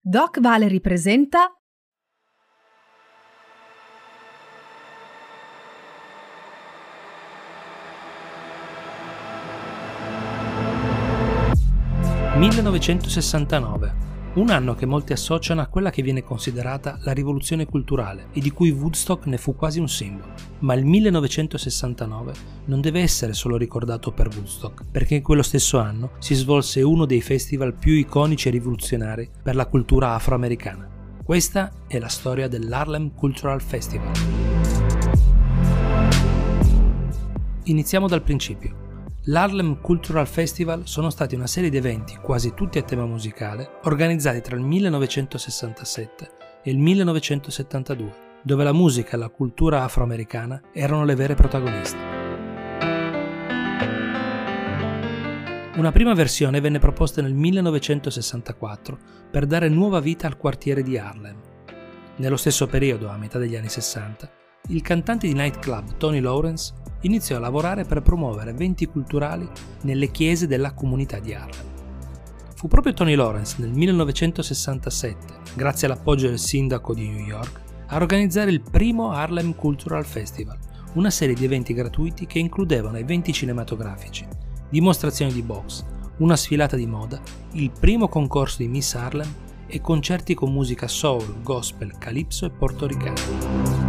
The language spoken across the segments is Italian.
Doc Valery presenta «1969», un anno che molti associano a quella che viene considerata la rivoluzione culturale e di cui Woodstock ne fu quasi un simbolo. Ma il 1969 non deve essere solo ricordato per Woodstock, perché in quello stesso anno si svolse uno dei festival più iconici e rivoluzionari per la cultura afroamericana. Questa è la storia dell'Harlem Cultural Festival. Iniziamo dal principio. L'Harlem Cultural Festival sono stati una serie di eventi, quasi tutti a tema musicale, organizzati tra il 1967 e il 1972, dove la musica e la cultura afroamericana erano le vere protagoniste. Una prima versione venne proposta nel 1964 per dare nuova vita al quartiere di Harlem. Nello stesso periodo, a metà degli anni 60, il cantante di nightclub Tony Lawrence iniziò a lavorare per promuovere eventi culturali nelle chiese della comunità di Harlem. Fu proprio Tony Lawrence nel 1967, grazie all'appoggio del sindaco di New York, a organizzare il primo Harlem Cultural Festival, una serie di eventi gratuiti che includevano eventi cinematografici, dimostrazioni di box, una sfilata di moda, il primo concorso di Miss Harlem e concerti con musica soul, gospel, calypso e portoricana.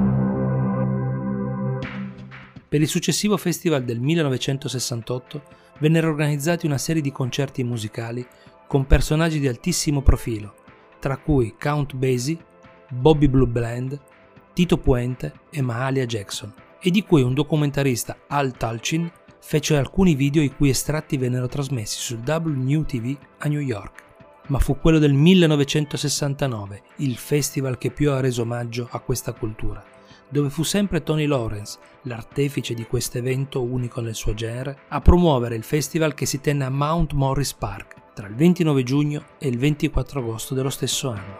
Per il successivo festival del 1968 vennero organizzati una serie di concerti musicali con personaggi di altissimo profilo, tra cui Count Basie, Bobby Blue Bland, Tito Puente e Mahalia Jackson, e di cui un documentarista, Al Talcin, fece alcuni video i cui estratti vennero trasmessi sul WNEW-TV a New York. Ma fu quello del 1969 il festival che più ha reso omaggio a questa cultura, dove fu sempre Tony Lawrence, l'artefice di questo evento unico nel suo genere, a promuovere il festival che si tenne a Mount Morris Park tra il 29 giugno e il 24 agosto dello stesso anno.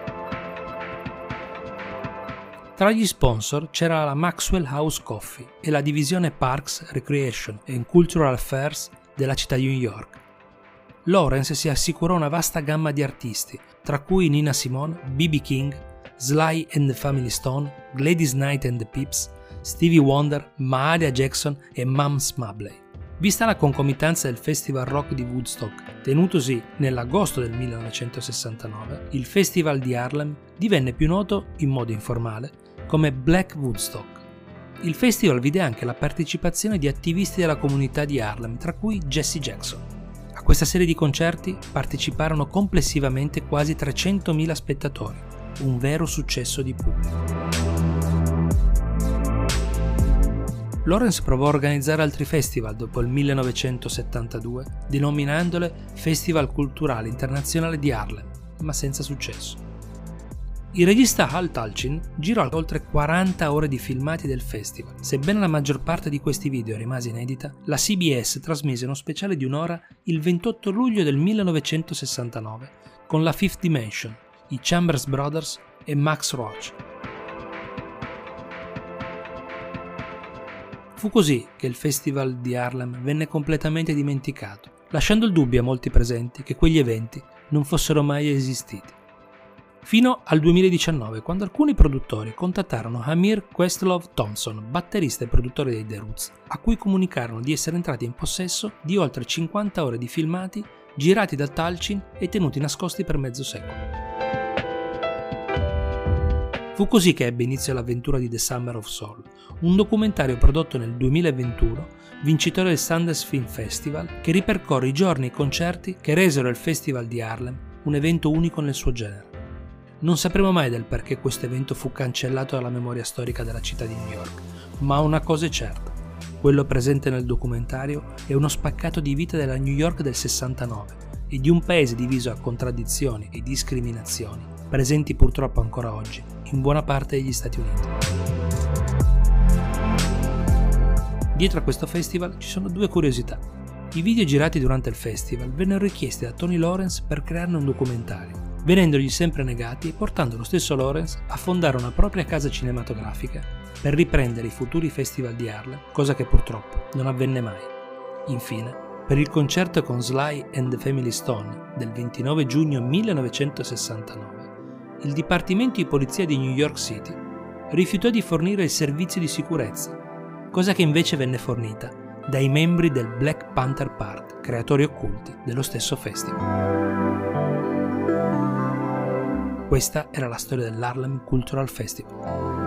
Tra gli sponsor c'era la Maxwell House Coffee e la divisione Parks, Recreation and Cultural Affairs della città di New York. Lawrence si assicurò una vasta gamma di artisti, tra cui Nina Simone, B.B. King, Sly and the Family Stone, Gladys Knight and the Pips, Stevie Wonder, Mahalia Jackson e Mams Mabley. Vista la concomitanza del Festival Rock di Woodstock, tenutosi nell'agosto del 1969, il Festival di Harlem divenne più noto, in modo informale, come Black Woodstock. Il festival vide anche la partecipazione di attivisti della comunità di Harlem, tra cui Jesse Jackson. A questa serie di concerti parteciparono complessivamente quasi 300.000 spettatori, un vero successo di pubblico. Lawrence provò a organizzare altri festival dopo il 1972, denominandole Festival Culturale Internazionale di Harlem, ma senza successo. Il regista Al Talcin girò oltre 40 ore di filmati del festival. Sebbene la maggior parte di questi video rimase inedita, la CBS trasmise uno speciale di un'ora il 28 luglio del 1969 con la Fifth Dimension, i Chambers Brothers e Max Roach. Fu così che il Festival di Harlem venne completamente dimenticato, lasciando il dubbio a molti presenti che quegli eventi non fossero mai esistiti. Fino al 2019, quando alcuni produttori contattarono Amir Questlove Thompson, batterista e produttore dei The Roots, a cui comunicarono di essere entrati in possesso di oltre 50 ore di filmati girati da Talcin e tenuti nascosti per mezzo secolo. Fu così che ebbe inizio l'avventura di The Summer of Soul, un documentario prodotto nel 2021, vincitore del Sundance Film Festival, che ripercorre i giorni e i concerti che resero il Festival di Harlem un evento unico nel suo genere. Non sapremo mai del perché questo evento fu cancellato dalla memoria storica della città di New York, ma una cosa è certa: quello presente nel documentario è uno spaccato di vita della New York del 69 e di un paese diviso a contraddizioni e discriminazioni, presenti purtroppo ancora oggi in buona parte degli Stati Uniti. Dietro a questo festival ci sono due curiosità. I video girati durante il festival vennero richiesti da Tony Lawrence per crearne un documentario, venendogli sempre negati e portando lo stesso Lawrence a fondare una propria casa cinematografica per riprendere i futuri festival di Harlem, cosa che purtroppo non avvenne mai. Infine, per il concerto con Sly and the Family Stone del 29 giugno 1969, il Dipartimento di Polizia di New York City rifiutò di fornire il servizio di sicurezza, cosa che invece venne fornita dai membri del Black Panther Party, creatori occulti dello stesso festival. Questa era la storia dell'Harlem Cultural Festival.